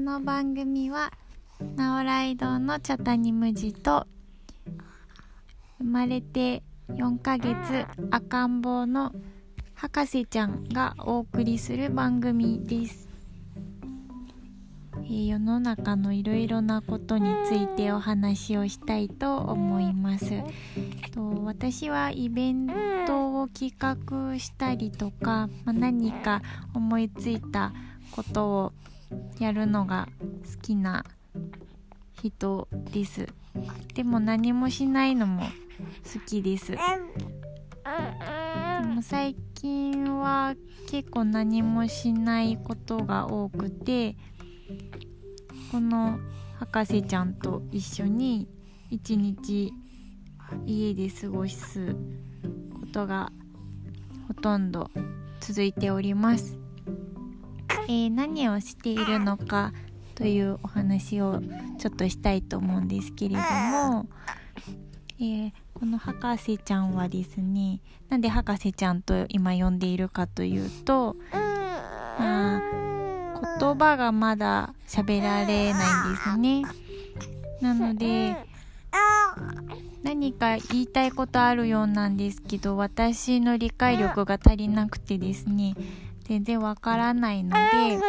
の番組はナオライドの茶谷ムジと生まれて4ヶ月赤ん坊の博士ちゃんがお送りする番組です。世の中のいろいろなことについてお話をしたいと思います。私はイベントを企画したりとか、何か思いついたことをやるのが好きな人です。でも何もしないのも好きです。でも最近は結構何もしないことが多くて、この博士ちゃんと一緒に一日家で過ごすことがほとんど続いております。何をしているのかというお話をちょっとしたいと思うんですけれども、この博士ちゃんはですね、なんで博士ちゃんと今呼んでいるかというと、言葉がまだ喋られないんですね。なので何か言いたいことあるようなんですけど、私の理解力が足りなくてですね、全然わからないので、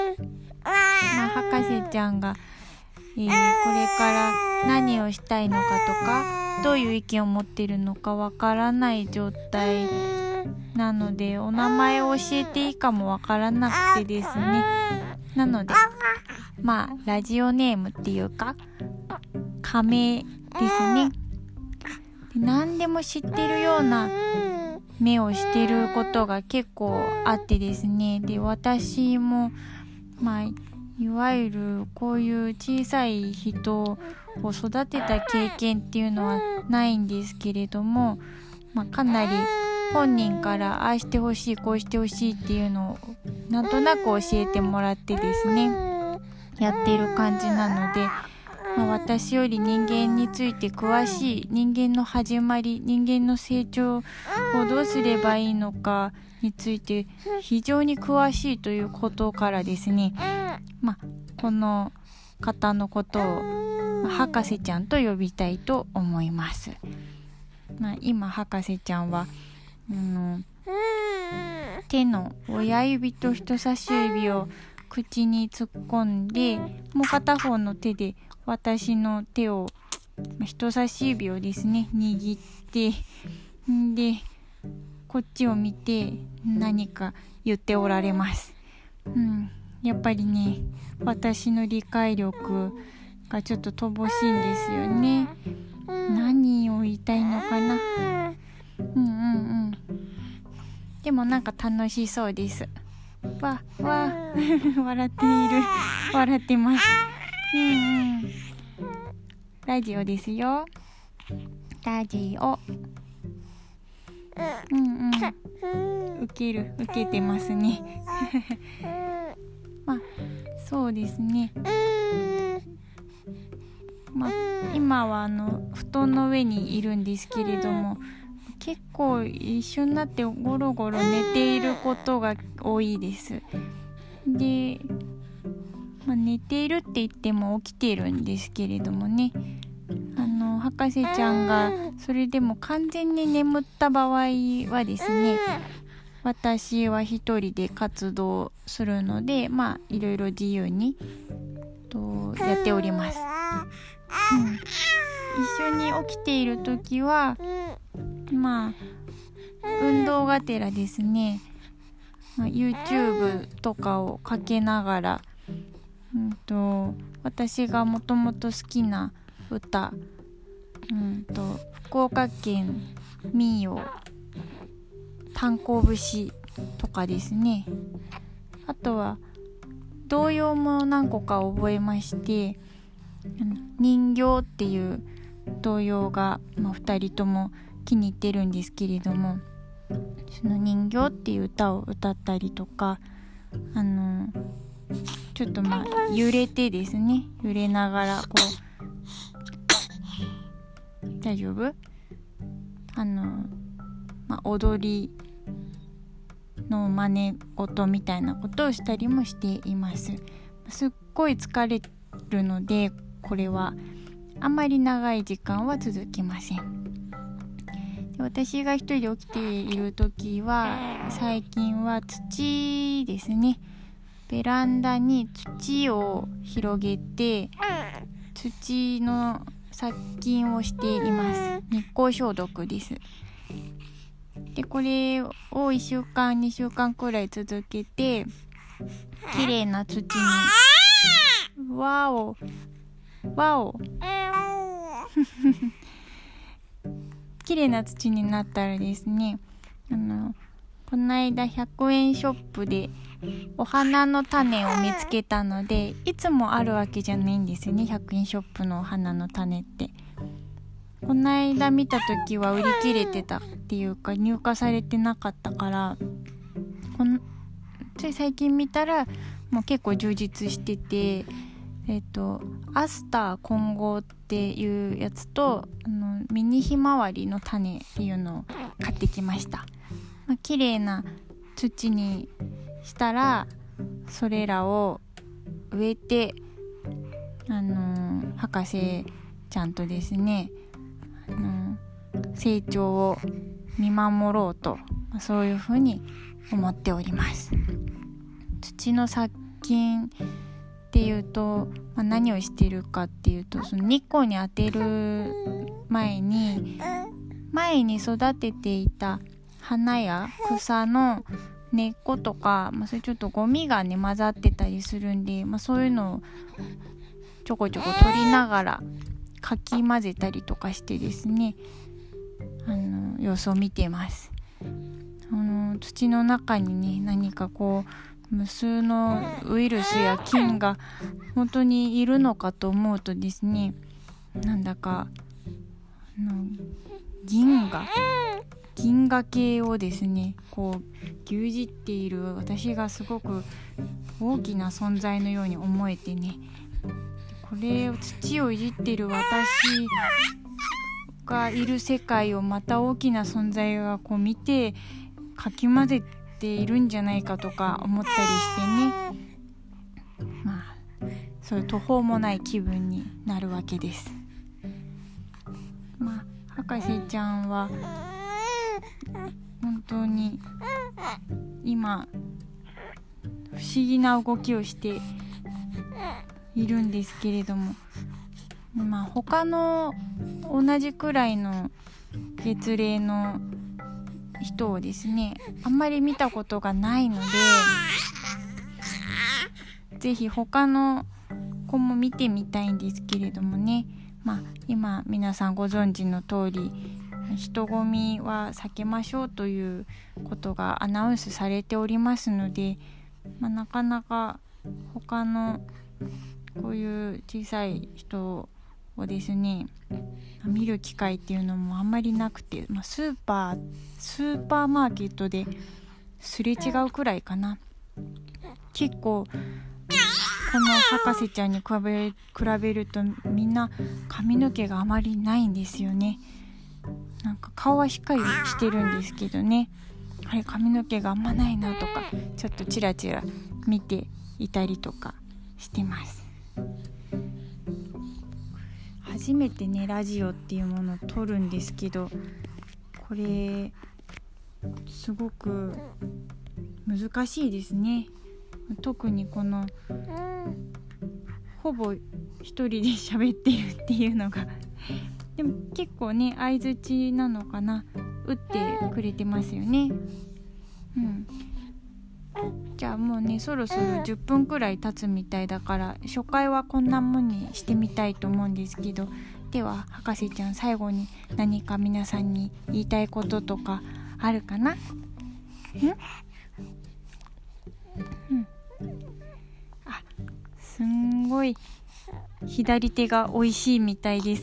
博士ちゃんが、これから何をしたいのかとか、どういう意見を持っているのかわからない状態なので、お名前を教えていいかもわからなくてですね。なのでラジオネームっていうか仮名ですね。何でも知ってるような目をしてることが結構あってですね。で、私もいわゆるこういう小さい人を育てた経験っていうのはないんですけれども、かなり本人からああしてほしいこうしてほしいっていうのをなんとなく教えてもらってですね、やっている感じなので、私より人間について詳しい、人間の始まり、人間の成長をどうすればいいのかについて非常に詳しいということからですね、この方のことを博士ちゃんと呼びたいと思います。今博士ちゃんは手の親指と人差し指を口に突っ込んで、もう片方の手で私の手を、人差し指をですね握って、でこっちを見て何か言っておられます。やっぱりね、私の理解力がちょっと乏しいんですよね。何を言いたいのかな。でもなんか楽しそうです。笑っている。笑ってます。ラジオですよ。ラジオ。受けてますね。そうですね。今は布団の上にいるんですけれども、結構一緒になってゴロゴロ寝ていることが多いです。で、寝ているって言っても起きているんですけれどもね、博士ちゃんがそれでも完全に眠った場合はですね、私は一人で活動するので、いろいろ自由にやっております。一緒に起きているときは運動がてらですね、YouTube とかをかけながら、私がもともと好きな歌、福岡県民謡炭鉱節とかですね、あとは童謡も何個か覚えまして、人形っていう童謡が、2人とも気に入ってるんですけれども、その人形っていう歌を歌ったりとか、ちょっと揺れてですね、揺れながら大丈夫？踊りの真似事みたいなことをしたりもしています。すっごい疲れるので、これはあんまり長い時間は続きません。私が一人で起きている時は、最近は土ですね、ベランダに土を広げて土の殺菌をしています。日光消毒です。でこれを1週間2週間くらい続けて、きれいな土にわおきれいな土になったらですね、この間100円ショップでお花の種を見つけたので、いつもあるわけじゃないんですよね、100円ショップのお花の種って。この間見た時は売り切れてたっていうか、入荷されてなかったから、つい最近見たらもう結構充実してて、アスター混合っていうやつとミニひまわりの種っていうのを買ってきました。綺麗な土にしたら、それらを植えて、博士ちゃんとですね、成長を見守ろうと、そういうふうに思っております。土の殺菌っていうと、何をしてるかっていうと、その日光に当てる前に育てていた花や草の根っことか、それちょっとゴミがね混ざってたりするんで、そういうのをちょこちょこ取りながらかき混ぜたりとかしてですね、様子を見てます。土の中にね、何か無数のウイルスや菌が本当にいるのかと思うとですね、なんだか銀河系をですね牛耳っている私がすごく大きな存在のように思えてね、これを土をいじっている私がいる世界をまた大きな存在が見てかき混ぜているんじゃないかとか思ったりしてね、そういう途方もない気分になるわけです。博士ちゃんは本当に今不思議な動きをしているんですけれども、他の同じくらいの月齢の人をですね、あんまり見たことがないので、ぜひ他の子も見てみたいんですけれどもね、今皆さんご存知の通り、人混みは避けましょうということがアナウンスされておりますので、なかなか他のこういう小さい人をですね見る機会っていうのもあんまりなくて、スーパーマーケットですれ違うくらいかな。結構この博士ちゃんに比べるとみんな髪の毛があまりないんですよね。なんか顔はしっかりしてるんですけどね、あれ髪の毛があんまないなとか、ちょっとチラチラ見ていたりとかしてます。初めてねラジオっていうものを撮るんですけど、これすごく難しいですね。特にこのほぼ一人で喋ってるっていうのがでも結構ね相づちなのかな、打ってくれてますよね。じゃあもうねそろそろ10分くらい経つみたいだから、初回はこんなもんにしてみたいと思うんですけど、では博士ちゃん、最後に何か皆さんに言いたいこととかあるかな？すんごい左手が美味しいみたいです。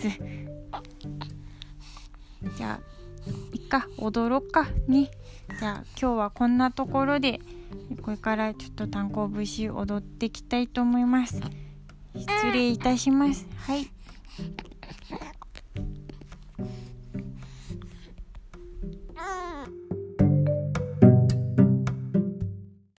じゃあいっか、踊ろっかね。じゃあ今日はこんなところで、これからちょっと炭鉱節踊っていきたいと思います。失礼いたします。はい。